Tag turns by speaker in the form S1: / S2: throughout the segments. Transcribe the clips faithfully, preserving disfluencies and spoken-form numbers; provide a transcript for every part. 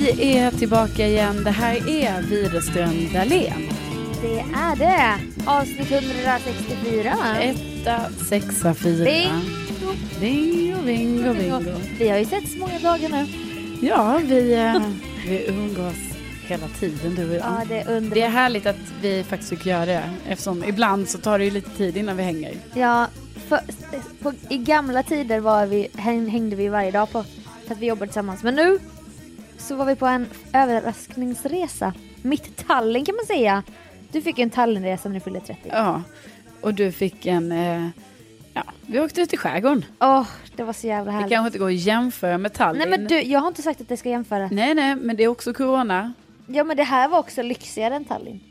S1: Vi är tillbaka igen. Det här är Widerström Dahlén.
S2: Det är det. Avsnitt hundrasextiofyra.
S1: Etta, sexa, fyra.
S2: Bingo.
S1: Bingo, bingo, bingo.
S2: Vi har ju sett så många dagar nu.
S1: Ja, vi, äh, vi umgås hela tiden, du och jag.
S2: Ja, det är underbart.
S1: Det är härligt att vi faktiskt fick göra det. Eftersom ibland så tar det ju lite tid innan vi hänger.
S2: Ja, för, på, i gamla tider var vi, hängde vi varje dag på för att vi jobbade tillsammans. Men nu så var vi på en överraskningsresa. Mitt Tallinn kan man säga. Du fick en Tallinnresa när du fyllde trettio.
S1: Ja, och du fick en... Eh, ja, vi åkte ut i skärgården.
S2: Åh, oh, det var så jävla härligt.
S1: Det kanske inte går att jämföra med Tallinn.
S2: Nej, men du, jag har inte sagt att det ska jämföra.
S1: Nej, nej, men det är också corona.
S2: Ja, men det här var också lyxigare än Tallinn.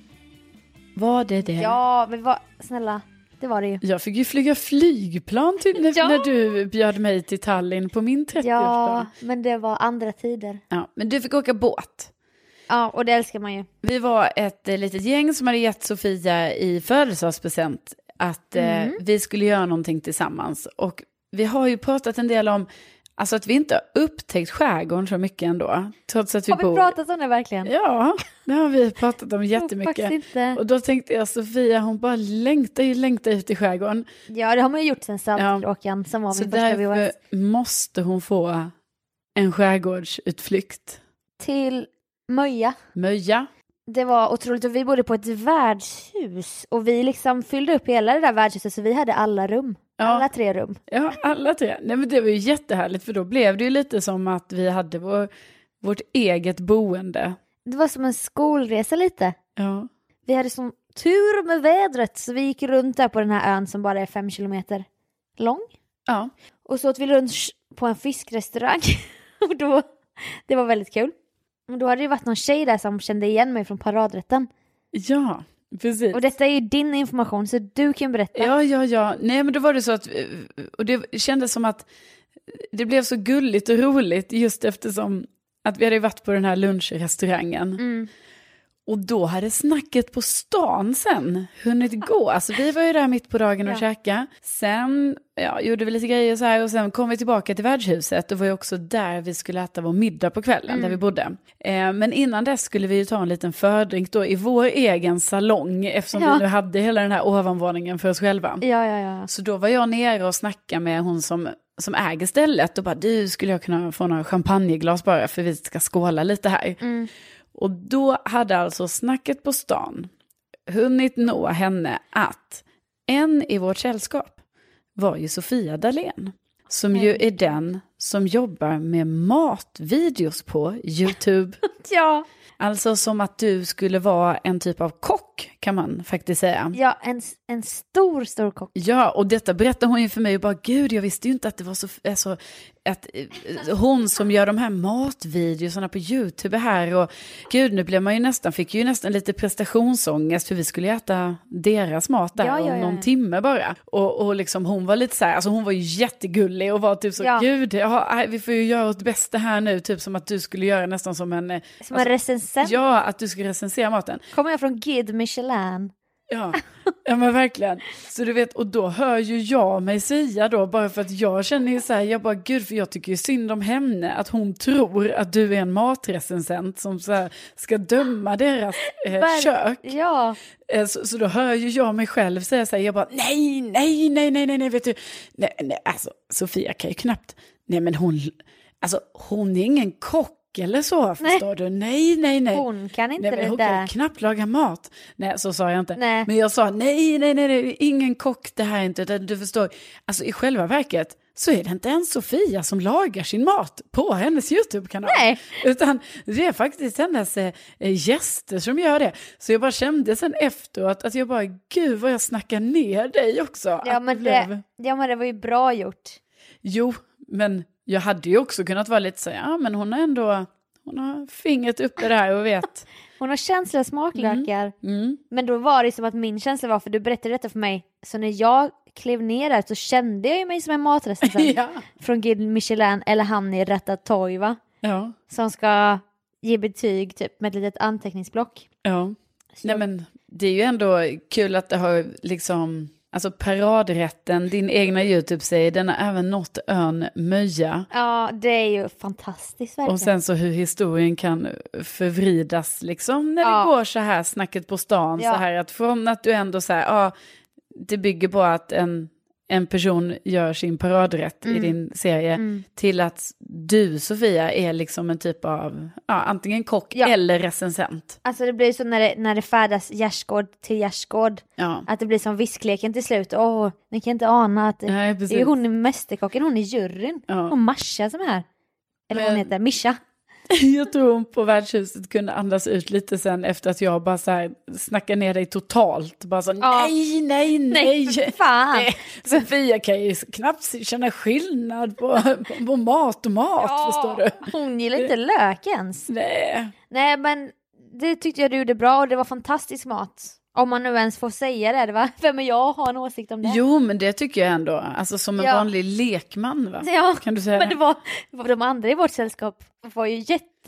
S1: Var det det?
S2: Ja, men var, snälla, det var det ju.
S1: Jag fick ju flyga flygplan till när,
S2: Ja.
S1: när du bjöd mig till Tallinn på min trettioårsdag.
S2: Ja, men det var andra tider.
S1: Ja, men du fick åka båt.
S2: Ja, och det älskar man ju.
S1: Vi var ett eh, litet gäng som hade gett Sofia i födelsedagspresent att eh,
S2: Mm.
S1: vi skulle göra någonting tillsammans. Och vi har ju pratat en del om alltså att vi inte har upptäckt skärgården så mycket ändå. Trots att vi
S2: Har vi
S1: bor...
S2: pratat om det verkligen?
S1: Ja, det har vi pratat om
S2: Jag
S1: jättemycket.
S2: faktiskt inte.
S1: Och då tänkte jag, Sofia, hon bara längtar ju längtar ut i skärgården.
S2: Ja, det har man ju gjort sen Saltkråkan som var
S1: Så
S2: min första V H S.
S1: därför måste hon få en skärgårdsutflykt.
S2: Till Möja.
S1: Möja.
S2: Det var otroligt och vi bodde på ett värdshus och vi liksom fyllde upp hela det där värdshuset så vi hade alla rum.
S1: Ja.
S2: Alla tre rum.
S1: Ja, alla tre. Nej, men det var ju jättehärligt för då blev det ju lite som att vi hade vår, vårt eget boende.
S2: Det var som en skolresa lite.
S1: Ja.
S2: Vi hade sån tur med vädret så vi gick runt där på den här ön som bara är fem kilometer lång.
S1: Ja.
S2: Och så åt vi lunch på en fiskrestaurang. Och då, det var väldigt kul. Och då hade det varit någon tjej där som kände igen mig från paradrätten.
S1: Ja, precis.
S2: Och detta är ju din information så du kan berätta.
S1: Ja, ja, ja. Nej, men då var det så att, och det kändes som att det blev så gulligt och roligt just eftersom att vi hade varit på den här lunchrestaurangen.
S2: Mm.
S1: Och då hade snacket på stan sen hunnit gå. Alltså vi var ju där mitt på dagen och
S2: Ja.
S1: käka. Sen ja, gjorde vi lite grejer så här och sen kom vi tillbaka till värdshuset. Och var ju också där vi skulle äta vår middag på kvällen
S2: Mm.
S1: där vi bodde. Eh, men innan dess skulle vi ju ta en liten fördrink då i vår egen salong. Eftersom
S2: Ja.
S1: vi nu hade hela den här ovanvåningen för oss själva.
S2: Ja, ja, ja.
S1: Så då var jag nere och snackade med hon som, som äger stället. Och bara, du skulle jag kunna få några champagneglas bara för vi ska skåla lite här.
S2: Mm.
S1: Och då hade alltså snacket på stan hunnit nå henne att en i vårt sällskap var ju Sofia Dahlén. Som ju är den som jobbar med matvideos på YouTube.
S2: Ja.
S1: Alltså som att du skulle vara en typ av kock kan man faktiskt säga.
S2: Ja, en, en stor, stor kock.
S1: Ja, och detta berättade hon ju för mig och bara, gud, jag visste ju inte att det var så, alltså, att eh, hon som gör de här matvideosarna på YouTube här och gud, nu blev man ju nästan, fick ju nästan lite prestationsångest för vi skulle äta deras mat där
S2: Ja, ja,
S1: om
S2: ja,
S1: någon
S2: ja.
S1: timme bara. Och, och liksom hon var lite så här, alltså hon var ju jättegullig och var typ så,
S2: Ja.
S1: gud, ja, nej, vi får ju göra vårt bästa här nu, typ som att du skulle göra nästan som en... eh,
S2: Som en recensent.
S1: Ja, att du skulle recensera maten.
S2: Kommer jag från Guide Michelin.
S1: Ja, ja men verkligen. Så du vet, och då hör ju jag mig säga då, bara för att jag känner ju så här, jag bara gud, för jag tycker ju synd om henne, att hon tror att du är en matrecensent som så här, ska döma deras eh,
S2: Ver-
S1: kök.
S2: Ja.
S1: Eh, så, så då hör ju jag mig själv säga så här, jag bara nej, nej, nej, nej, nej, nej, vet du, nej, nej, alltså Sofia kan ju knappt, nej men hon, alltså hon är ingen kock eller så, förstår du? Nej, nej, nej.
S2: Hon kan inte
S1: Nej, men
S2: det
S1: hon
S2: där.
S1: kan knappt laga mat. Nej, så sa jag inte.
S2: Nej.
S1: Men jag sa, nej, nej, nej, nej, ingen kock det här är inte. Du förstår, alltså i själva verket så är det inte ens Sofia som lagar sin mat på hennes YouTube-kanal.
S2: Nej.
S1: Utan det är faktiskt hennes eh, gäster som gör det. Så jag bara kände sen efteråt att jag bara, gud vad jag snackar ner dig också.
S2: Ja,
S1: Att
S2: men det,
S1: blev...
S2: ja, men det var ju bra gjort.
S1: Jo, men jag hade ju också kunnat vara lite så, ja men hon har ändå... Hon har fingret uppe där och vet.
S2: Hon har känsliga smaklökar.
S1: Mm.
S2: Men då var det som att min känsla var, för du berättade detta för mig. Så när jag klev ner där så kände jag ju mig som en matrecensent.
S1: Ja.
S2: Från Guide Michelin eller han i Ratatouille, va?
S1: Ja.
S2: Som ska ge betyg typ med ett litet anteckningsblock.
S1: Ja.
S2: Så
S1: Nej
S2: jag-
S1: men det är ju ändå kul att det har liksom alltså paradrätten, din egna YouTube säger, den har även nått ön Möja.
S2: Ja, det är ju fantastiskt verkligen.
S1: Och sen så hur historien kan förvridas liksom när
S2: Ja.
S1: det går så här snacket på stan.
S2: Ja.
S1: Så här att från att du ändå så här, ja, det bygger på att en, en person gör sin paradrätt
S2: Mm.
S1: i din serie
S2: Mm.
S1: till att du, Sofia, är liksom en typ av, ja, antingen kock
S2: Ja.
S1: eller recensent.
S2: Alltså det blir så när det, när det färdas gärdsgård till gärdsgård.
S1: Ja.
S2: Att det blir som viskleken till slut. Åh, ni kan inte ana att det,
S1: Nej,
S2: det
S1: precis.
S2: är hon i mästerkocken, hon i juryn.
S1: Ja.
S2: Och Masha som är här. Eller vad hon
S1: Men-
S2: heter, Mischa.
S1: Jag tror hon på värdshuset kunde andas ut lite sen efter att jag bara så här snackar ner dig totalt. Bara så,
S2: Ja.
S1: nej, nej, nej.
S2: Nej, för fan.
S1: Nej, Sofia kan ju knappt känna skillnad på, på, på mat och mat, förstår du?
S2: Hon gillar inte lök ens.
S1: Nej.
S2: Nej, men det tyckte jag du gjorde bra och det var fantastisk mat. Om man nu ens får säga det, det va? Vem är jag har en åsikt om det?
S1: Jo, men det tycker jag ändå. Alltså som en
S2: Ja.
S1: vanlig lekman, va?
S2: Ja,
S1: Kan du säga
S2: men
S1: det?
S2: det var, det var de andra i vårt sällskap var ju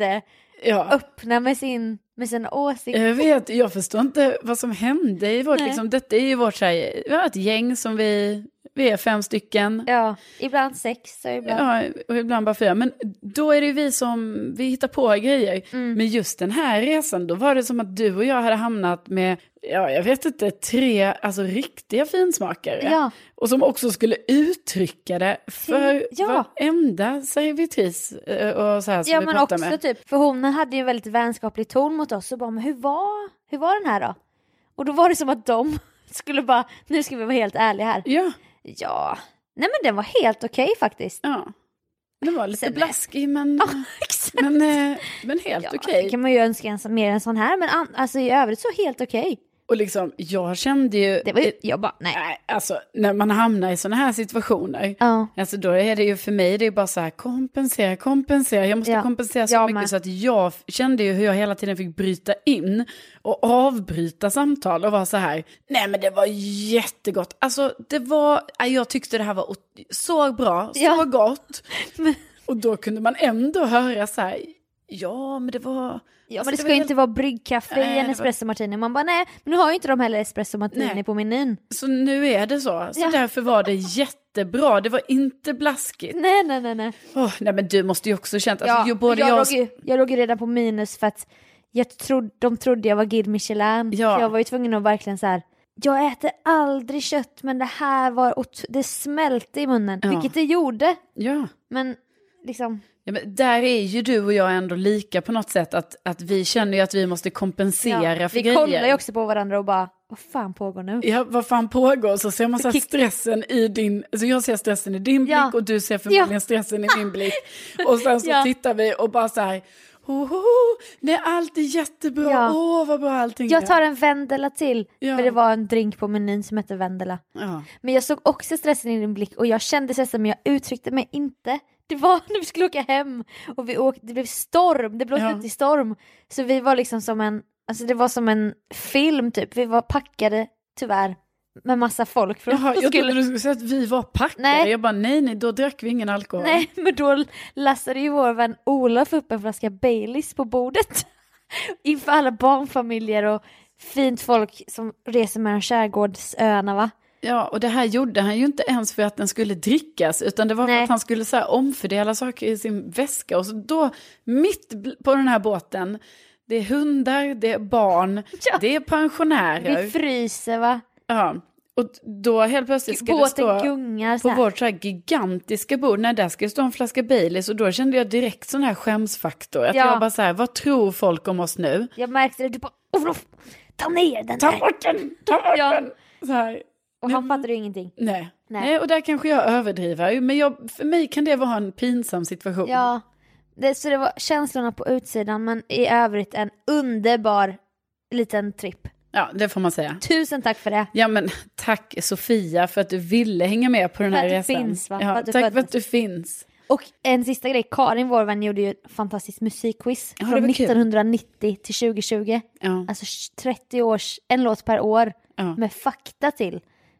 S2: jätteöppna
S1: Ja.
S2: med sin, med sin åsikt.
S1: Jag vet, jag förstår inte vad som hände i vårt,
S2: Nej.
S1: liksom, detta är ju vårt, så här, vi har ett gäng som vi, vi är fem stycken.
S2: Ja, ibland sex och ibland...
S1: Ja, och ibland bara fyra. Men då är det ju vi som, vi hittar på grejer.
S2: Mm.
S1: Men just den här resan, då var det som att du och jag hade hamnat med, ja jag vet inte, tre alltså riktiga finsmakare.
S2: Ja.
S1: Och som också skulle uttrycka det för
S2: Ja.
S1: varenda servitris eh, och så här som
S2: Ja,
S1: vi
S2: men
S1: pratar
S2: också
S1: med.
S2: typ, för hon hade ju en väldigt vänskaplig ton mot oss och bara, men hur var, hur var den här då? Och då var det som att de skulle bara, nu ska vi vara helt ärliga här.
S1: Ja,
S2: Ja, nej men den var helt okej faktiskt.
S1: ja. Det var lite
S2: Sen-
S1: blaskig men,
S2: Exakt.
S1: men, eh, men helt
S2: Ja,
S1: okej.
S2: det kan man ju önska en, sån- mer en sån här, men an, alltså i övrigt så helt okej.
S1: Och liksom, jag kände ju...
S2: Det var ju, jag bara, nej.
S1: Nej, alltså när man hamnar i sådana här situationer,
S2: Ja.
S1: alltså då är det ju för mig, det är bara så här, kompensera, kompensera, jag måste
S2: Ja,
S1: kompensera så
S2: jag
S1: mycket
S2: med.
S1: så att jag f- kände ju hur jag hela tiden fick bryta in och avbryta samtal och vara så här, nej men det var jättegott, alltså det var, nej, jag tyckte det här var ot- så bra, så
S2: Ja.
S1: gott,
S2: Men-
S1: och då kunde man ändå höra så här, ja men det var...
S2: Ja,
S1: alltså,
S2: men det ska
S1: var
S2: ju
S1: helt-
S2: inte vara bryggkaffe
S1: Nej,
S2: i
S1: det
S2: en
S1: var-
S2: espresso martini. Man bara, nej, men nu har ju inte de heller espresso martini
S1: Nej.
S2: på menyn.
S1: Så nu är det så, så
S2: Ja.
S1: därför var det jättebra, det var inte blaskigt.
S2: Nej, nej, nej, nej.
S1: Oh, nej men du måste ju också känt, alltså,
S2: Ja,
S1: ju, både
S2: jag,
S1: jag,
S2: låg ju, jag låg ju redan på minus för att jag trodde, de trodde jag var Guide Michelin.
S1: Ja.
S2: Så jag var ju tvungen att verkligen så här. Jag äter aldrig kött, men det här var, ot- det smälte i munnen,
S1: Ja.
S2: vilket det gjorde.
S1: ja.
S2: Men liksom,
S1: Ja, men där är ju du och jag ändå lika på något sätt, att, att vi känner ju att vi måste kompensera
S2: ja,
S1: för
S2: vi
S1: grejer.
S2: kollar ju också på varandra och bara, vad fan pågår nu?
S1: Ja, vad fan pågår? Så ser man så här
S2: Kick-
S1: stressen i din, alltså jag ser stressen i din blick
S2: Ja.
S1: och du ser förmodligen
S2: Ja.
S1: stressen i min blick. Och sen så
S2: Ja.
S1: tittar vi och bara så här, oh, oh, oh, nej allt är jättebra,
S2: Ja.
S1: åh vad bra allting är.
S2: Jag tar en Vendela till,
S1: Ja.
S2: för det var en drink på menyn som hette Vendela.
S1: Ja.
S2: Men jag såg också stressen i din blick och jag kände stressen, men jag uttryckte mig inte. Det var när vi skulle åka hem och vi åkte, det blev storm, det blåste
S1: Ja.
S2: ut i storm. Så vi var liksom som en, alltså det var som en film typ. Vi var packade tyvärr med massa folk. För
S1: Jaha,
S2: de
S1: jag
S2: skulle...
S1: trodde du skulle säga att vi var packade.
S2: Nej.
S1: Jag bara nej, nej, då drack vi ingen alkohol.
S2: Nej, men då lastade ju vår vän Olof upp en flaska Baileys på bordet. Inför alla barnfamiljer och fint folk som reser mellan skärgårdsöarna, va?
S1: Ja, och det här gjorde han ju inte ens för att den skulle drickas, utan det var för
S2: Nej.
S1: att han skulle så här omfördela saker i sin väska. Och så då, mitt bl- på den här båten, det är hundar, det är barn,
S2: Ja.
S1: det är pensionärer.
S2: Vi fryser, va?
S1: Ja, och då helt plötsligt ska det
S2: Båten
S1: stå
S2: gungar så
S1: på
S2: här.
S1: vårt så här gigantiska bord, nej där ska det stå en flaska Baileys, och då kände jag direkt sån här skämsfaktor. Att
S2: Ja.
S1: jag bara så här, vad tror folk om oss nu?
S2: Jag märkte det, du bara, Olof, ta ner den
S1: Ta
S2: där.
S1: bort den, ta bort
S2: Ja.
S1: den! Så här.
S2: Och han fattade ju ingenting.
S1: Nej.
S2: Nej.
S1: Nej, och där kanske jag överdriver. Men jag, för mig kan det vara en pinsam situation.
S2: Ja, det, så det var känslorna på utsidan, men i övrigt en underbar liten tripp.
S1: Ja, det får man säga.
S2: Tusen tack för det.
S1: Ja, men tack Sofia för att du ville hänga med på den
S2: För
S1: här
S2: att du
S1: resan.
S2: finns, va?
S1: Ja,
S2: För att du
S1: tack för
S2: föddes.
S1: att du finns.
S2: Och en sista grej, Karin, vår vän, gjorde ju ett fantastiskt musikquiz
S1: Ja, det
S2: från
S1: var kul.
S2: nittonhundranittio till tjugohundratjugo.
S1: Ja,
S2: Alltså trettio års, en låt per år
S1: ja.
S2: med fakta till.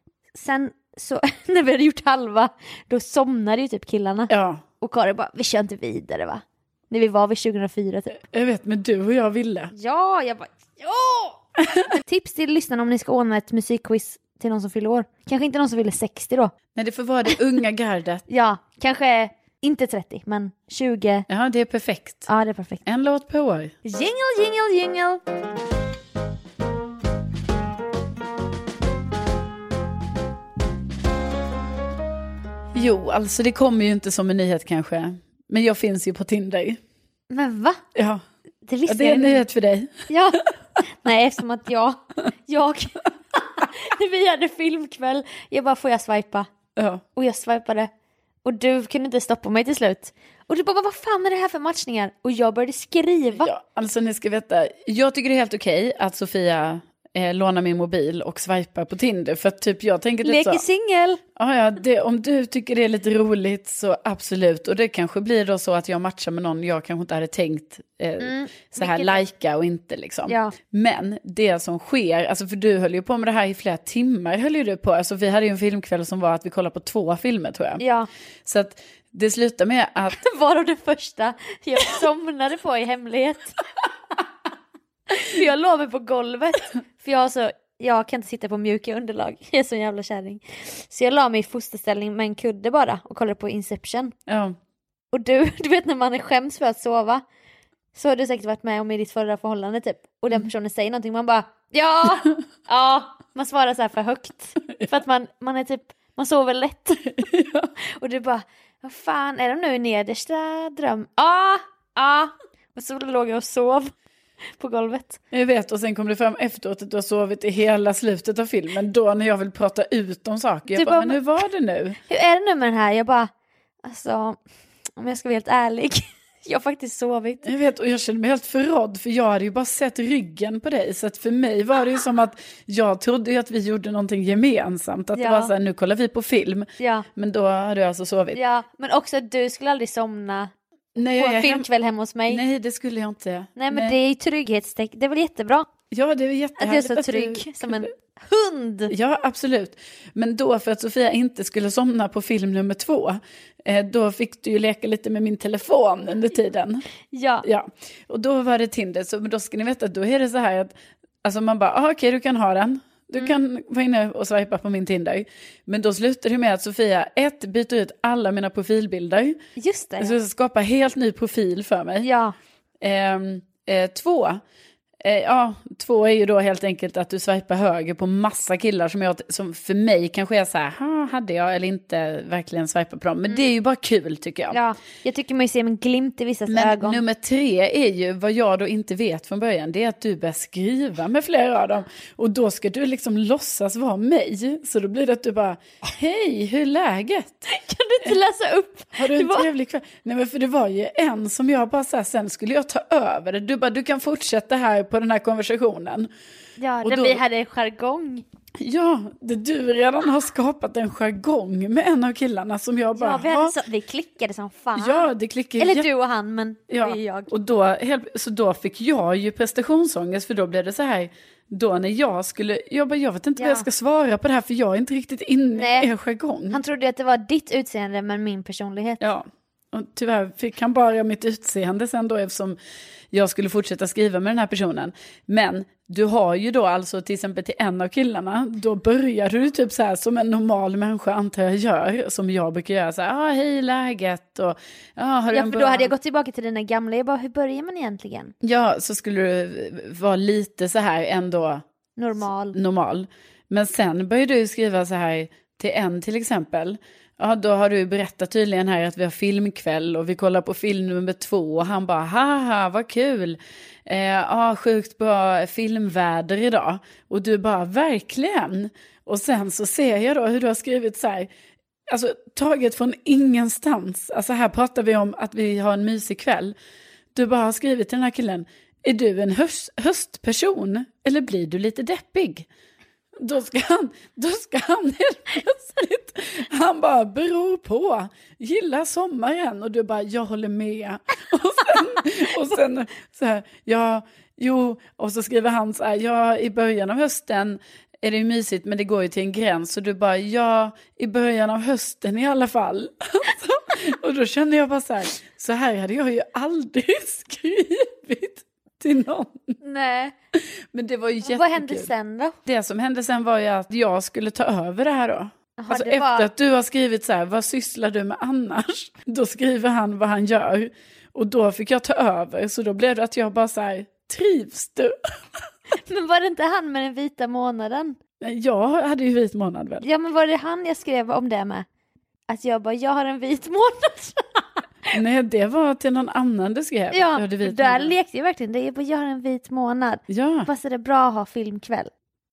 S2: Sen så, när vi hade gjort halva, då somnade ju typ killarna.
S1: ja,
S2: Och Karin bara, vi kör inte vidare, va? När vi var vid tjugohundrafyra typ.
S1: jag vet, men du och jag ville.
S2: Ja, jag bara, ja! Men tips till lyssnarna om ni ska ordna ett musikquiz till någon som fyller år. Kanske inte någon som fyller sextio då.
S1: Nej, det får vara det unga gardet.
S2: Ja, kanske inte trettio, men tjugo.
S1: Ja, det är perfekt.
S2: Ja, det är perfekt.
S1: En låt per år.
S2: Jingle, jingle, jingle.
S1: Jo, alltså det kommer ju inte som en nyhet kanske. Men jag finns ju på Tinder.
S2: Men va?
S1: Ja,
S2: Det
S1: ja
S2: visste
S1: det är
S2: jag
S1: en
S2: inte.
S1: nyhet för dig.
S2: Ja. Nej, eftersom att jag, jag, vi hade filmkväll. Jag bara, får jag swipa?
S1: Ja.
S2: Och jag swipade. Och du kunde inte stoppa mig till slut. Och du bara, vad fan är det här för matchningar? Och jag började skriva.
S1: Ja, alltså ni ska veta, jag tycker det är helt okej att Sofia eh, lånar min mobil och swipar på Tinder. För att typ jag tänker lite
S2: Leker
S1: så.
S2: singel.
S1: Ja, ja, det, om du tycker det är lite roligt så absolut. Och det kanske blir då så att jag matchar med någon jag kanske inte hade tänkt eh,
S2: Mm,
S1: så här
S2: vilket-
S1: lajka och inte liksom.
S2: Ja.
S1: Men det som sker, alltså för du höll ju på med det här i flera timmar höll ju du på. Alltså vi hade ju en filmkväll som var att vi kollade på två filmer tror jag.
S2: Ja.
S1: Så att det slutar med att
S2: Varav det första jag somnade på i hemlighet. För jag låg mig på golvet. För jag har så... Jag kan inte sitta på mjuka underlag. Jag är så jävla kärring. Så jag la mig i fosterställning med en kudde bara. Och kollade på Inception.
S1: ja,
S2: Och du, du vet när man är skäms för att sova. Så har du säkert varit med om i ditt förra förhållande typ. Och den personen säger någonting. Man bara, ja, ja. Man svarar så här för högt. För att man, man är typ, man sover lätt.
S1: ja.
S2: Och du bara, vad fan är de nu i nedersta dröm? Ja, ja. Och så låg jag och sov på golvet.
S1: Jag vet, och sen kom det fram efteråt att du har sovit i hela slutet av filmen. Då när jag vill prata ut om saker. Jag
S2: Du
S1: bara,
S2: bara,
S1: men hur var det nu?
S2: Hur är det nu med den här? Jag bara, alltså, om jag ska vara helt ärlig. Jag har faktiskt sovit.
S1: Jag vet, och jag kände mig helt förrådd för jag hade ju bara sett ryggen på dig. Så att för mig var det ju som att jag trodde ju att vi gjorde någonting gemensamt. Att
S2: Ja.
S1: det var så här, nu kollar vi på film.
S2: Ja,
S1: Men då hade jag alltså sovit.
S2: ja. Men också att du skulle aldrig somna
S1: Nej,
S2: på
S1: jag är
S2: en
S1: hem...
S2: filmkväll hemma hos mig. Nej,
S1: Nej, det skulle jag inte.
S2: men det är ju trygghetstecken. Det är väl jättebra
S1: Ja, det är
S2: att
S1: jättehärligt.
S2: jag är så trygg
S1: du...
S2: som en hund.
S1: Ja, absolut. Men då för att Sofia inte skulle somna på film nummer två, eh, då fick du ju leka lite med min telefon under tiden.
S2: Ja,
S1: Ja, och då var det Tinder. Så men då ska ni veta att då är det så här att alltså man bara, ah, okej, du kan ha den. Du
S2: Mm.
S1: kan vara inne och swipa på min Tinder. Men då slutar det med att Sofia, ett, byter ut alla mina profilbilder.
S2: just det.
S1: Så skapa helt ny profil för mig.
S2: Ja,
S1: Ehm, eh, två, eh, ja, två är ju då helt enkelt att du swipar höger på massa killar som, jag, som för mig kanske är så här, "Ha, hade jag eller inte verkligen swipa på dem. Men det är ju bara kul tycker jag.
S2: ja. Jag tycker man ser en glimt i vissa
S1: Men
S2: ögon.
S1: nummer tre är ju vad jag då inte vet från början. Det är att du börjar skriva med flera av dem. Och då ska du liksom låtsas vara mig. Så då blir det att du bara, hej, hur är läget?
S2: Kan du inte läsa upp?
S1: Har du en
S2: Det var-
S1: trevlig kväll? Nej men för det var ju en som jag bara så här, sen skulle jag ta över det. Du bara, du kan fortsätta här på den här konversationen.
S2: Ja,
S1: Och
S2: där
S1: då-
S2: vi hade jargong.
S1: Ja, det du redan har skapat en jargong med en av killarna som jag bara,
S2: Ja, vi, hade så, vi klickade som fan.
S1: ja det klickar ju
S2: Eller
S1: jätte-
S2: du och han, men
S1: Ja,
S2: det är jag.
S1: och då, helt, så då fick jag ju prestationsångest för då blev det så här, då när jag skulle, jag bara, jag vet inte
S2: Ja.
S1: vad jag ska svara på det här för jag är inte riktigt inne
S2: Nej.
S1: i er jargong.
S2: Han trodde att det var ditt utseende, men min personlighet.
S1: Ja, och tyvärr fick han bara mitt utseende sen då eftersom jag skulle fortsätta skriva med den här personen. Men du har ju då alltså till exempel till en av killarna, då började du typ så här som en normal människa antar jag gör, som jag brukar göra så här, ah, hej läget och ja, har du
S2: Ja,
S1: en
S2: för
S1: bra...
S2: då hade jag gått tillbaka till dina gamla. Jag bara, hur börjar man egentligen?
S1: Ja, så skulle du vara lite så här ändå
S2: Normal.
S1: normal. Men sen började du skriva så här till en till exempel. Ja, då har du berättat tydligen här att vi har filmkväll och vi kollar på film nummer två och han bara, haha, vad kul. Eh, ja, sjukt bra filmväder idag. Och du bara, verkligen. Och sen så ser jag då hur du har skrivit så här, alltså taget från ingenstans. Alltså här pratar vi om att vi har en mysig kväll. Du bara har skrivit till den här killen, är du en höst, höstperson eller blir du lite deppig? Då ska han, då ska han helt plötsligt, han bara beror på, gillar sommaren och du bara, jag håller med. Och sen, och sen så här, ja, jo, och så skriver han så här, ja, i början av hösten är det ju mysigt men det går ju till en gräns och du bara, ja, i början av hösten i alla fall. Alltså, och då känner jag bara så här, så här hade jag ju aldrig skrivit till någon.
S2: Nej.
S1: Men det var ju jättekul.
S2: Vad hände sen då?
S1: Det som hände sen var ju att jag skulle ta över det här då.
S2: Aha,
S1: alltså
S2: det
S1: efter
S2: var...
S1: att du har skrivit så här, vad sysslar du med annars? Då skriver han vad han gör. Och då fick jag ta över, så då blev det att jag bara så här, trivs du?
S2: Men var det inte han med den vita månaden?
S1: Jag hade ju vit månad väl?
S2: Ja, men var det han jag skrev om det med? Att jag bara, jag har en vit månad.
S1: Nej, det var till någon annan du skrev.
S2: Ja,
S1: hade vit
S2: där
S1: månad.
S2: lekte jag verkligen. Det är bara, jag har en vit månad.
S1: Ja.
S2: Passar det bra att ha filmkväll?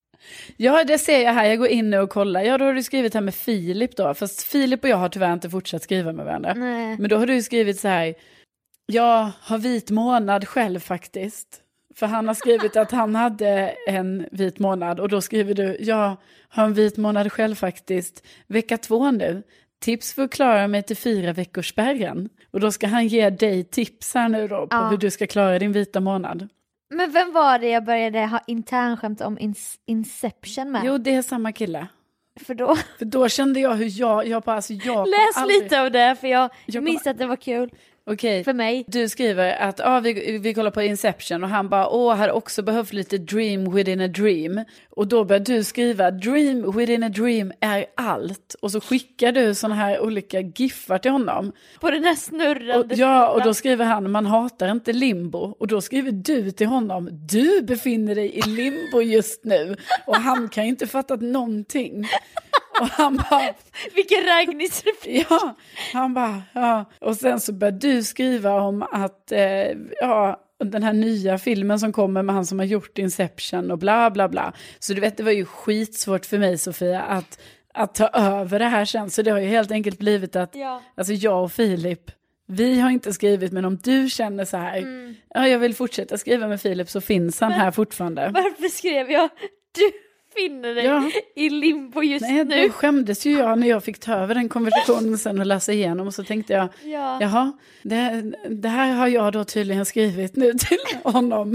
S1: Ja, det ser jag här. Jag går in nu och kollar. Ja, då har du skrivit här med Filip då. Fast Filip och jag har tyvärr inte fortsatt skriva med varandra.
S2: Nej.
S1: Men då har du skrivit så här. Jag har vit månad själv faktiskt. För han har skrivit att han hade en vit månad. Och då skriver du, jag har en vit månad själv faktiskt. Vecka två nu. Tips för att klara mig till fyra veckors spärren. Och då ska han ge dig tips här nu då. På
S2: Ja.
S1: hur du ska klara din vita månad.
S2: Men vem var det jag började ha internskämt om ins- Inception med?
S1: Jo, det är samma kille.
S2: För då...
S1: För då kände jag hur jag, jag bara, alltså jag
S2: Läs
S1: aldrig...
S2: lite av det, för jag,
S1: Jag
S2: minns
S1: bara-
S2: att det var kul
S1: Okej,
S2: för mig.
S1: du skriver att ah, vi, vi kollar på Inception och han bara, åh, här också behövs lite dream within a dream. Och då börjar du skriva, dream within a dream är allt. Och så skickar du såna här olika giffar till honom.
S2: På den här snurrande...
S1: Och, ja, och då skriver han, man hatar inte limbo. Och då skriver du till honom, du befinner dig i limbo just nu. Och han kan ju inte fatta någonting. Och han bara...
S2: Vilken raggningsreplik.
S1: Ja, han bara, ja. Och sen så började du skriva om att, eh, ja, den här nya filmen som kommer med han som har gjort Inception och bla bla bla. Så du vet, det var ju skitsvårt för mig, Sofia, att, att ta över det här sen. Så det har ju helt enkelt blivit att,
S2: Ja.
S1: alltså jag och Filip, vi har inte skrivit, men om du känner så här,
S2: Mm.
S1: ja, jag vill fortsätta skriva med Filip, så finns han
S2: Men-
S1: här fortfarande.
S2: Varför skrev jag du finner dig
S1: Ja.
S2: i limbo just
S1: Nej,
S2: nu?
S1: då skämdes ju jag när jag fick ta över den konversationen sen och läsa igenom, och så tänkte jag,
S2: Ja.
S1: jaha, det, det här har jag då tydligen skrivit nu till honom.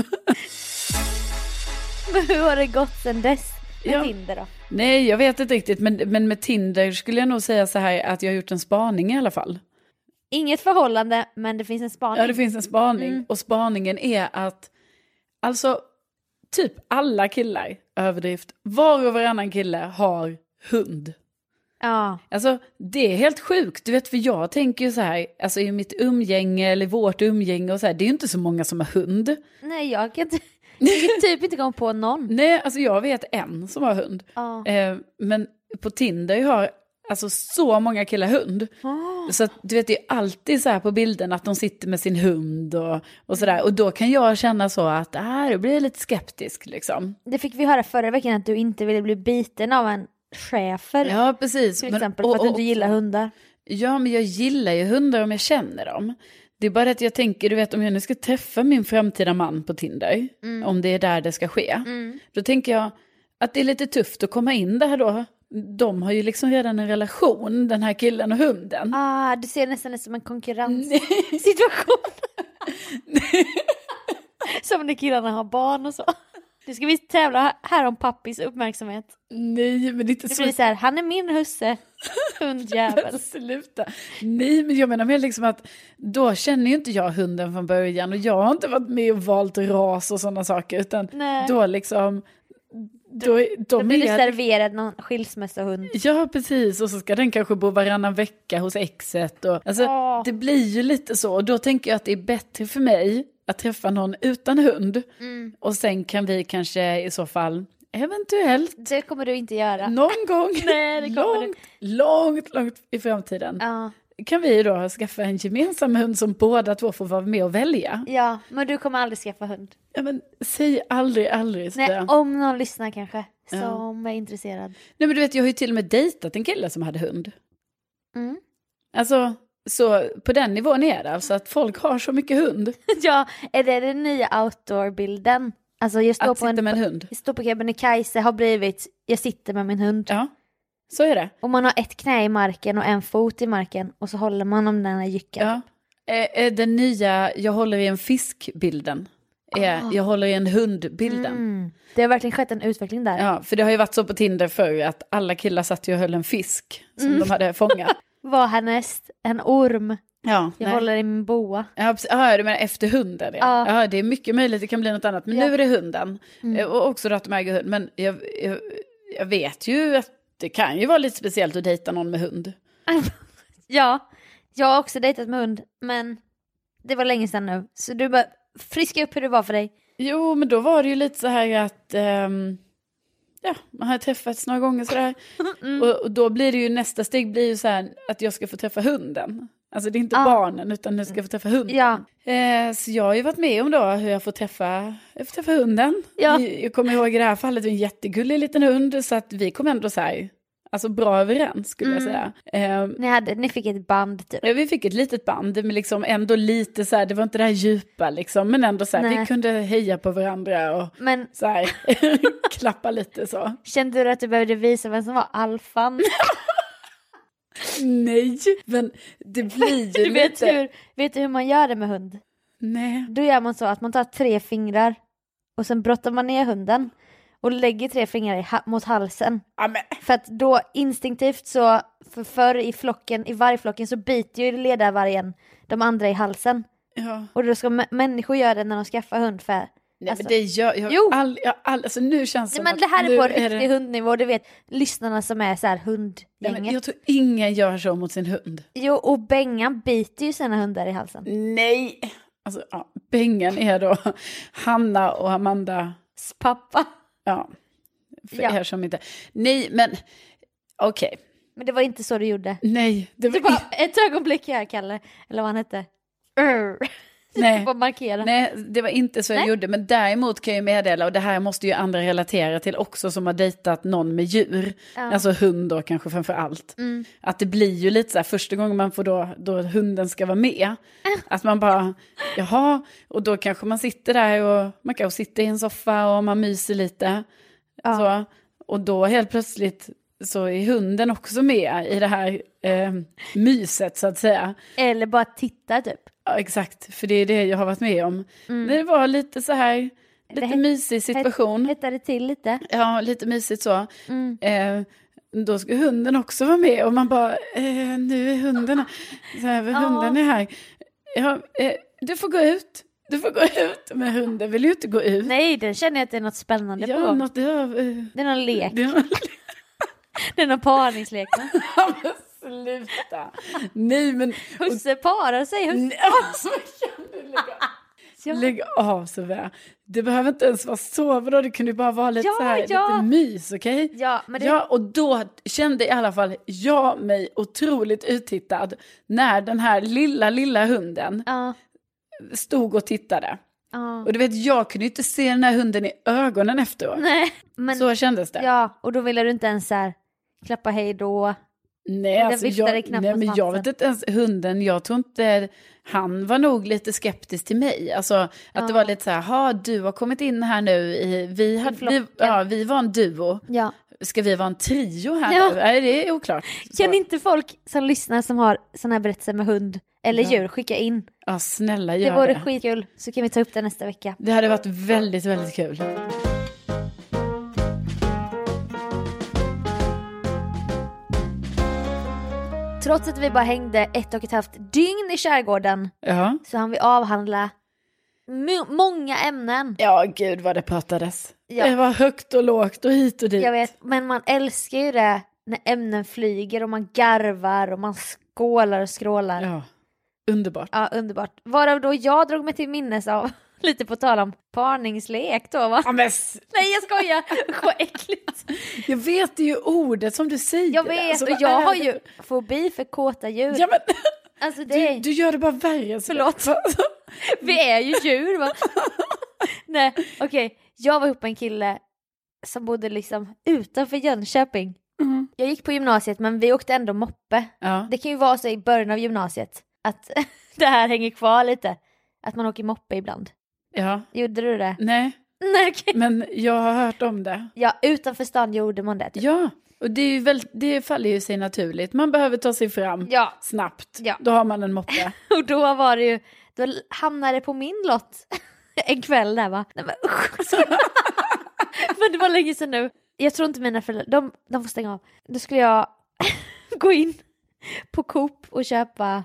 S2: Men hur har det gått sen dess med
S1: Ja.
S2: Tinder då?
S1: Nej, jag vet inte riktigt, men, men med Tinder skulle jag nog säga så här att jag har gjort en spaning i alla fall.
S2: Inget förhållande, men det finns en spaning.
S1: Ja, det finns en spaning,
S2: Mm.
S1: och spaningen är att, alltså, typ alla killar, överdrift, var och varannan kille har hund.
S2: Ja.
S1: Alltså det är helt sjukt, du vet, för jag tänker ju så här, alltså i mitt umgänge eller vårt umgänge och så här, det är ju inte så många som har hund.
S2: Nej, jag kan inte... Jag kan typ inte komma på någon.
S1: Nej, alltså jag vet en som har hund.
S2: Ja.
S1: Eh, men på Tinder har alltså så många killar hund.
S2: Oh.
S1: Så att, du vet, det är alltid så här på bilden att de sitter med sin hund och, och sådär. Och då kan jag känna så att, ah, då blir jag lite skeptisk liksom.
S2: Det fick vi höra förra veckan, att du inte ville bli biten av en schäfer.
S1: Ja, precis.
S2: Till
S1: Men-
S2: exempel,
S1: och-
S2: för att du
S1: och-
S2: inte gillar hundar.
S1: Ja, men jag gillar ju hundar om jag känner dem. Det är bara att jag tänker, du vet, om jag nu ska träffa min framtida man på Tinder,
S2: Mm.
S1: om det är där det ska ske,
S2: Mm.
S1: då tänker jag att det är lite tufft att komma in där då. De har ju liksom redan en relation, den här killen och hunden.
S2: Ah, du ser nästan det som en konkurrenssituation. Som när killarna har barn och så. Nu ska vi tävla här om pappis uppmärksamhet.
S1: Nej, men det är inte
S2: Det
S1: så.
S2: blir så här, han är min husse, hundjävel.
S1: Sluta. Nej, men jag menar mer liksom att då känner ju inte jag hunden från början, och jag har inte varit med och valt ras och sådana saker, utan
S2: Nej.
S1: då liksom, då,
S2: Då
S1: de
S2: blir du
S1: är...
S2: serverad någon skilsmässohund.
S1: Ja, precis. Och så ska den kanske bo varannan vecka hos exet. Och, alltså,
S2: Åh.
S1: det blir ju lite så. Och då tänker jag att det är bättre för mig att träffa någon utan hund.
S2: Mm.
S1: Och sen kan vi kanske i så fall, eventuellt,
S2: Det kommer du inte göra.
S1: någon gång,
S2: Nej, det kommer
S1: långt, långt, långt i framtiden,
S2: Ja.
S1: kan vi då skaffa en gemensam hund som båda två får vara med och välja.
S2: Ja, men du kommer aldrig skaffa hund.
S1: Ja, men säg aldrig, aldrig.
S2: Nej,
S1: Nej,
S2: om någon lyssnar kanske,
S1: Ja.
S2: som är intresserad.
S1: Nej, men du vet, jag har ju till och med dejtat en kille som hade hund.
S2: Mm.
S1: Alltså, så på den nivån är det alltså att folk har så mycket hund.
S2: Ja, är det den nya outdoor-bilden? Alltså jag står
S1: Att
S2: på
S1: sitta
S2: en...
S1: med en hund.
S2: Jag står på Kebnekaise har blivit, jag sitter med min hund.
S1: Ja, så är det.
S2: Och man har ett knä i marken och en fot i marken. Och så håller man om den här jycken.
S1: Ja. Eh, eh, Den nya, jag håller i en fiskbilden. Är,
S2: Ah.
S1: Jag håller i en hundbilden.
S2: Mm. Det har verkligen skett en utveckling där.
S1: Ja, för det har ju varit så på Tinder förr att alla killar satt ju och höll en fisk som
S2: Mm.
S1: de hade fångat.
S2: Var härnäst en orm.
S1: Ja,
S2: Jag
S1: nej.
S2: håller i min boa.
S1: Ja, precis. Ja, du menar efter hunden. Ja.
S2: Ja.
S1: Ja, det är mycket möjligt, det kan bli något annat. Men
S2: Ja.
S1: nu är det hunden.
S2: Mm.
S1: Och också då att de äger hund. Men jag, jag, jag vet ju att det kan ju vara lite speciellt att dejta någon med hund.
S2: Ja, jag har också dejtat med hund, men det var länge sedan nu. Så du bara friska upp hur det var för dig.
S1: Jo, men då var det ju lite så här att... ehm, ja, man har träffats några gånger sådär.
S2: Mm.
S1: Och, och då blir det ju, nästa steg blir ju så här att jag ska få träffa hunden. Alltså det är inte
S2: Ah.
S1: barnen, utan jag ska få träffa hunden.
S2: Ja.
S1: Eh, så jag har ju varit med om då hur jag får träffa, jag får träffa hunden.
S2: Ja.
S1: Jag, jag kommer ihåg i det här fallet, en jättegullig liten hund. Så att vi kom ändå så här, alltså bra överens skulle
S2: Mm.
S1: jag säga. Eh,
S2: Ni, hade, ni fick ett band typ.
S1: Ja, vi fick ett litet band, men liksom ändå lite så här, det var inte det här djupa liksom, men ändå så här,
S2: Nej.
S1: vi kunde heja på varandra och
S2: Men
S1: så här, klappa lite så.
S2: kände du att du behövde visa vem som var alfan?
S1: Nej, men det blir ju
S2: Du vet
S1: lite...
S2: hur, vet du hur man gör det med hund?
S1: Nej.
S2: Då gör man så att man tar tre fingrar och sen brottar man ner hunden och lägger tre fingrar i ha- mot halsen.
S1: Ja, men,
S2: För att då instinktivt så, för förr i flocken, i vargflocken så biter ju ledarvargen de andra i halsen.
S1: ja.
S2: Och då ska m- människor göra det när de skaffar hund för...
S1: Nej,
S2: Alltså-
S1: men det gör jag.
S2: Jo.
S1: All, jag all, alltså nu känns det
S2: Nej,
S1: som
S2: men det här
S1: att
S2: är på
S1: nu
S2: riktig
S1: det-
S2: hundnivå, du vet lyssnarna som är så här
S1: Ja,
S2: hundgänget.
S1: men jag tror ingen gör så mot sin hund.
S2: Jo, och Bengan biter ju sina hundar i halsen.
S1: Nej. Alltså, ja, Bengan är då Hanna och Amanda.
S2: Pappa.
S1: Ja, för
S2: Ja.
S1: er som inte... Nej, men okej.
S2: Men det var inte så du gjorde.
S1: Nej, det var
S2: Det var ett ögonblick här, Kalle. Eller vad han hette. Urr.
S1: Nej.
S2: Bara markera.
S1: Nej, det var inte så jag
S2: Nej.
S1: gjorde. Men däremot kan jag ju meddela, och det här måste ju andra relatera till också som har dejtat någon med djur.
S2: Ja.
S1: Alltså hund då kanske framför allt.
S2: Mm.
S1: Att det blir ju lite så här, första gången man får då, då hunden ska vara med. Att man bara, jaha, och då kanske man sitter där och man kanske sitter i en soffa och man myser lite.
S2: Ja.
S1: Så, och då helt plötsligt så är hunden också med i det här eh, myset så att säga.
S2: Eller bara titta typ.
S1: Ja, exakt, för det är det jag har varit med om.
S2: Mm.
S1: När det var lite så här, lite
S2: het-
S1: mysig situation.
S2: Hettade till lite.
S1: Ja, lite mysigt så.
S2: Mm.
S1: Eh, då ska hunden också vara med och man bara, eh, nu är hunden här. Så här,
S2: Ja.
S1: hunden är här. Ja, eh, du får gå ut. Du får gå ut. Men hunden vill ju inte gå ut.
S2: Nej, den känner jag att det är något spännande på
S1: Ja,
S2: gång.
S1: något, ja, eh,
S2: Det är någon lek.
S1: det var-
S2: Det är någon parningslek.
S1: Ja, men sluta. Nej, men...
S2: Husse parar sig. Husse.
S1: Nej, alltså, kan du lägga
S2: Ja.
S1: Lägg av så väl. Det behöver inte ens vara så bra, det kunde ju bara vara lite
S2: Ja,
S1: så här,
S2: ja.
S1: lite mys, okej?
S2: Ja, men det...
S1: Ja, och då kände i alla fall jag mig otroligt uttittad när den här lilla, lilla hunden
S2: Ja.
S1: stod och tittade.
S2: Ja.
S1: Och du vet, jag kunde ju inte se den här hunden i ögonen efteråt.
S2: Nej, men...
S1: Så kändes det.
S2: Ja, och då ville du inte ens så här klappa hej då.
S1: Nej,
S2: Den
S1: alltså
S2: viftade
S1: jag,
S2: knappt
S1: nej,
S2: på
S1: men jag
S2: svansen.
S1: vet inte ens, hunden, jag tror inte, han var nog lite skeptisk till mig. Alltså att
S2: Ja.
S1: det var lite så här, ha du har kommit in här nu, i, vi, hade, vi,
S2: flocken.
S1: ja, vi var en duo.
S2: Ja.
S1: Ska vi vara en trio här
S2: Ja.
S1: nu? Nej, det är oklart. Så,
S2: Kan inte folk som lyssnar som har såna här berättelser med hund eller
S1: Ja.
S2: djur skicka in?
S1: ja, snälla
S2: Det
S1: gör
S2: vore
S1: det.
S2: skitkul, så kan vi ta upp det nästa vecka.
S1: Det hade varit väldigt, väldigt kul.
S2: Trots att vi bara hängde ett och ett halvt dygn i skärgården
S1: Ja.
S2: så hann vi avhandla mo- många ämnen.
S1: Ja, gud vad det pratades.
S2: Ja.
S1: Det var högt och lågt och hit och dit.
S2: Jag vet, men man älskar ju det när ämnen flyger och man garvar och man skålar och skrålar. Ja,
S1: Ja, underbart.
S2: underbart. Varav då jag drog mig till minnes av, lite på tal om parningslek då va?
S1: Ja, men, s-
S2: Nej jag skojar, usch vad äckligt.
S1: jag vet, det är ju ordet som du säger.
S2: Jag vet,
S1: Alltså,
S2: och
S1: vad
S2: jag
S1: är
S2: har
S1: det?
S2: ju fobi för kåta djur.
S1: Ja, men,
S2: Alltså det
S1: du,
S2: är...
S1: du gör det bara värre.
S2: Förlåt. Vi är ju djur va? Nej, okej. Jag var ihop med en kille som bodde liksom utanför Jönköping.
S1: Mm.
S2: Jag gick på gymnasiet men vi åkte ändå moppe.
S1: Ja.
S2: Det kan ju vara så i början av gymnasiet att det här hänger kvar lite. Att man åker moppe ibland.
S1: ja,
S2: Gjorde du det?
S1: nej,
S2: Nej, okej.
S1: men jag har hört om det.
S2: Ja, utanför stan gjorde man det. Typ.
S1: Ja, och det, är ju väl, det faller ju sig naturligt. Man behöver ta sig fram
S2: Ja,
S1: snabbt.
S2: Ja.
S1: Då har man en moppe.
S2: och då var det ju, då hamnade det på min lott en kväll där va. Nej, men, usch. Men det var länge sedan nu. Jag tror inte mina föräldrar, de, de får stänga av. Då skulle jag gå in på Coop och köpa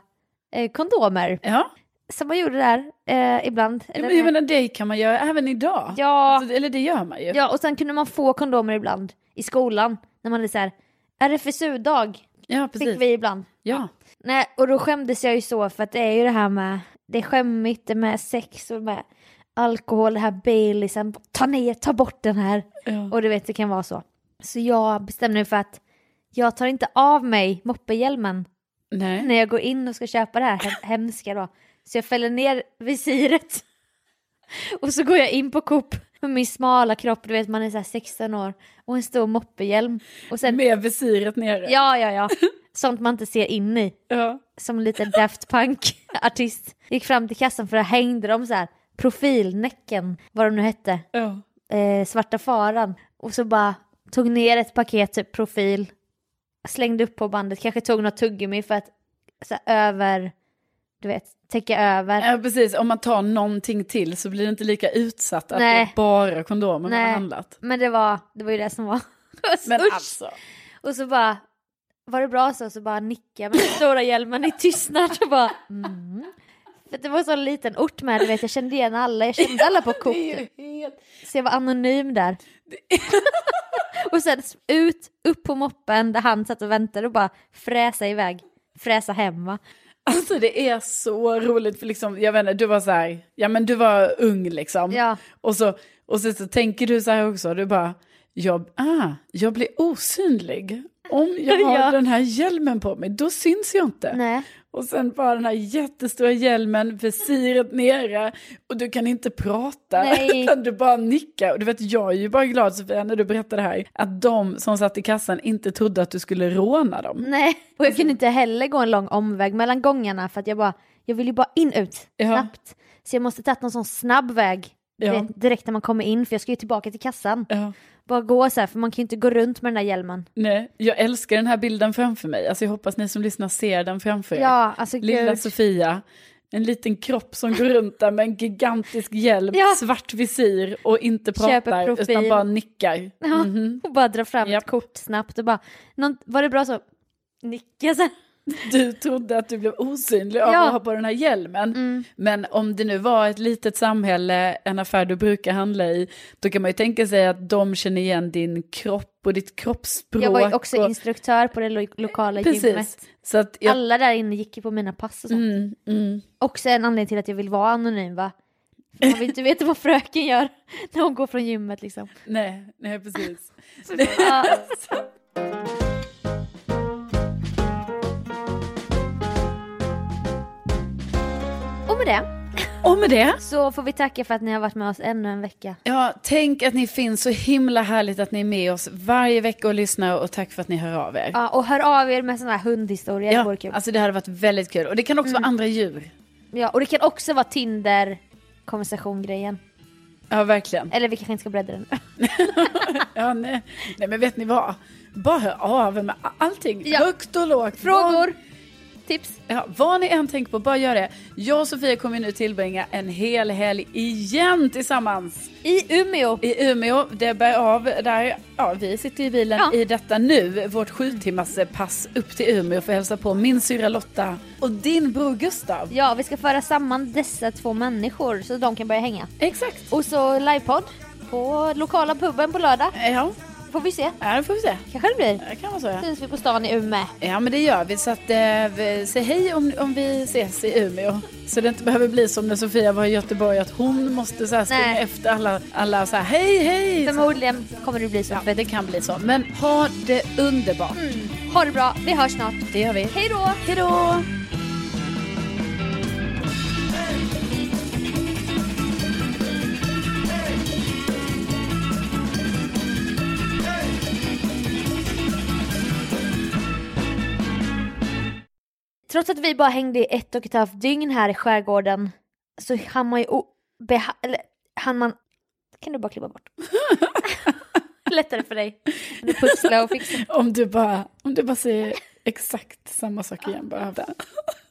S2: eh, kondomer.
S1: Ja.
S2: Som man gjorde där eh, ibland.
S1: Ja, men jag menar, det kan man göra även idag.
S2: Ja.
S1: Alltså, eller det gör man ju.
S2: Ja, och sen kunde man få kondomer ibland i skolan. När man hade så här, R F S U-dag.
S1: Ja, precis.
S2: Fick vi ibland.
S1: Ja.
S2: Nej, och då skämdes jag ju så, för att det är ju det här med, det är skämmigt, det med sex och med alkohol, det här Baileysen, ta ner, ta bort den här.
S1: Ja.
S2: Och du vet, det kan vara så. Så jag bestämde mig för att jag tar inte av mig moppehjälmen
S1: Nej.
S2: när jag går in och ska köpa det här hem- hemska då. Så jag fäller ner visiret. Och så går jag in på Coop med min smala kropp, du vet, man är så här sexton år, och en stor moppehjälm. Och sen,
S1: med visiret nere.
S2: ja, ja, ja. Sånt man inte ser in i.
S1: Ja.
S2: Som lite Daft Punk-artist. Gick fram till kassan för att hängde de så här profilnäcken, vad de nu hette.
S1: Ja.
S2: Eh, svarta faran. Och så bara tog ner ett paket typ profil. Slängde upp på bandet. Kanske tog något tuggummi för att så här, över, du vet, täcka över.
S1: Ja, precis. Om man tar någonting till så blir det inte lika utsatt att
S2: Nej.
S1: det är bara kondomer man har
S2: Nej,
S1: handlat.
S2: men det var, det var ju det som var.
S1: Men
S2: Usch.
S1: alltså.
S2: Och så bara, var det bra så, så bara nickade med den stora hjälmen i tystnad och bara, mm. För det var så en liten ort med, du vet, jag kände igen alla, jag kände alla på Coop.
S1: Det är ju helt...
S2: Så jag var anonym där. Och sen ut, upp på moppen där han satt och väntade och bara fräsa iväg, fräsa hemma.
S1: Alltså det är så roligt, för liksom, jag vet inte, du var så här, ja men du var ung liksom.
S2: Ja.
S1: Och så, och så, så tänker du så här också, du bara, jag, ah, jag blir osynlig. Om jag har
S2: Ja.
S1: den här hjälmen på mig, då syns jag inte.
S2: Nej.
S1: Och sen bara den här jättestora hjälmen, visiret nere, och du kan inte prata,
S2: Nej.
S1: utan du bara nickar. Och du vet, jag är ju bara glad, Sofia, när du berättade det här, att de som satt i kassan inte trodde att du skulle råna dem.
S2: Nej. Och jag kunde inte heller gå en lång omväg mellan gångarna, för att jag bara, jag vill ju bara in ut
S1: Ja.
S2: snabbt. Så jag måste ta någon sån snabb väg, du
S1: Ja.
S2: vet, direkt när man kommer in, för jag ska ju tillbaka till kassan.
S1: Ja.
S2: Bara gå så här, för man kan ju inte gå runt med den där hjälmen.
S1: Nej, jag älskar den här bilden framför mig. Alltså jag hoppas ni som lyssnar ser den framför er.
S2: Ja, alltså
S1: Lilla
S2: gud.
S1: Sofia, en liten kropp som går runt där med en gigantisk hjälm,
S2: Ja.
S1: svart visir och inte
S2: Köper
S1: pratar
S2: profil.
S1: utan bara nickar.
S2: Ja,
S1: Mhm.
S2: och bara dra fram
S1: Japp.
S2: ett kort snabbt och bara, någon, var det bra så? Nicka sen.
S1: Du trodde att du blev osynlig av
S2: Ja.
S1: att ha på den här hjälmen.
S2: Mm.
S1: Men om det nu var ett litet samhälle, en affär du brukar handla i, då kan man ju tänka sig att de känner igen din kropp och ditt kroppsspråk.
S2: Jag var ju också
S1: och...
S2: instruktör på det lo- lokala
S1: Precis.
S2: gymmet.
S1: Så att jag...
S2: Alla där inne gick ju på mina pass och sånt.
S1: Mm, mm.
S2: Också en anledning till att jag vill vara anonym, va? För man vill inte veta vad fröken gör när hon går från gymmet liksom.
S1: Nej, nej precis.
S2: Ja. Och med det
S1: Och med det,
S2: så får vi tacka för att ni har varit med oss ännu en vecka.
S1: ja, tänk att ni finns, så himla härligt att ni är med oss varje vecka och lyssnar, och tack för att ni hör av er.
S2: Ja, och hör av er med sådana här hundhistorier. Det
S1: Ja,
S2: vore kul.
S1: alltså det hade varit väldigt kul. Och det kan också vara andra djur.
S2: Ja, och det kan också vara Tinder-konversation-grejen.
S1: Ja, verkligen.
S2: Eller vi kanske inte ska bläddra den.
S1: Ja, nej. nej, men vet ni vad? Bara hör av er med allting.
S2: Ja.
S1: Högt och lågt.
S2: Frågor, tips.
S1: Ja, vad ni än tänker på, bara gör det. Jag och Sofia kommer nu tillbringa en hel helg igen tillsammans
S2: I Umeå.
S1: i Umeå. Det bär av där, ja, vi sitter i bilen
S2: Ja.
S1: i detta nu. Vårt sju timmars pass upp till Umeå för att hälsa på min syra Lotta och din bror Gustav.
S2: Ja, vi ska föra samman dessa två människor så de kan börja hänga.
S1: Exakt.
S2: Och så livepodd på lokala puben på lördag.
S1: Ja,
S2: Får vi se.
S1: ja, det får vi se.
S2: Kanske det blir.
S1: Det kan vara så, ja.
S2: Syns vi på stan i Umeå.
S1: Ja, men det gör vi. Så att, eh, vi- säg hej om, om vi ses i Umeå. Så det inte behöver bli som när Sofia var i Göteborg, att hon måste så här springa
S2: Nej.
S1: efter alla, alla så här, hej, hej.
S2: Förmodligen kommer det bli så.
S1: Ja, det kan bli så. Men ha det underbart.
S2: Mm. Ha det bra. Vi hörs snart.
S1: Det gör vi.
S2: Hej då!
S1: Hej då!
S2: Trots att vi bara hängde i ett och ett halvt dygn här i skärgården så hann man ju o- beha- eller hann man... Kan du bara klippa bort? Lättare för dig. Du pusslar och fixar.
S1: Om du bara, om du bara säger exakt samma sak igen, bara där.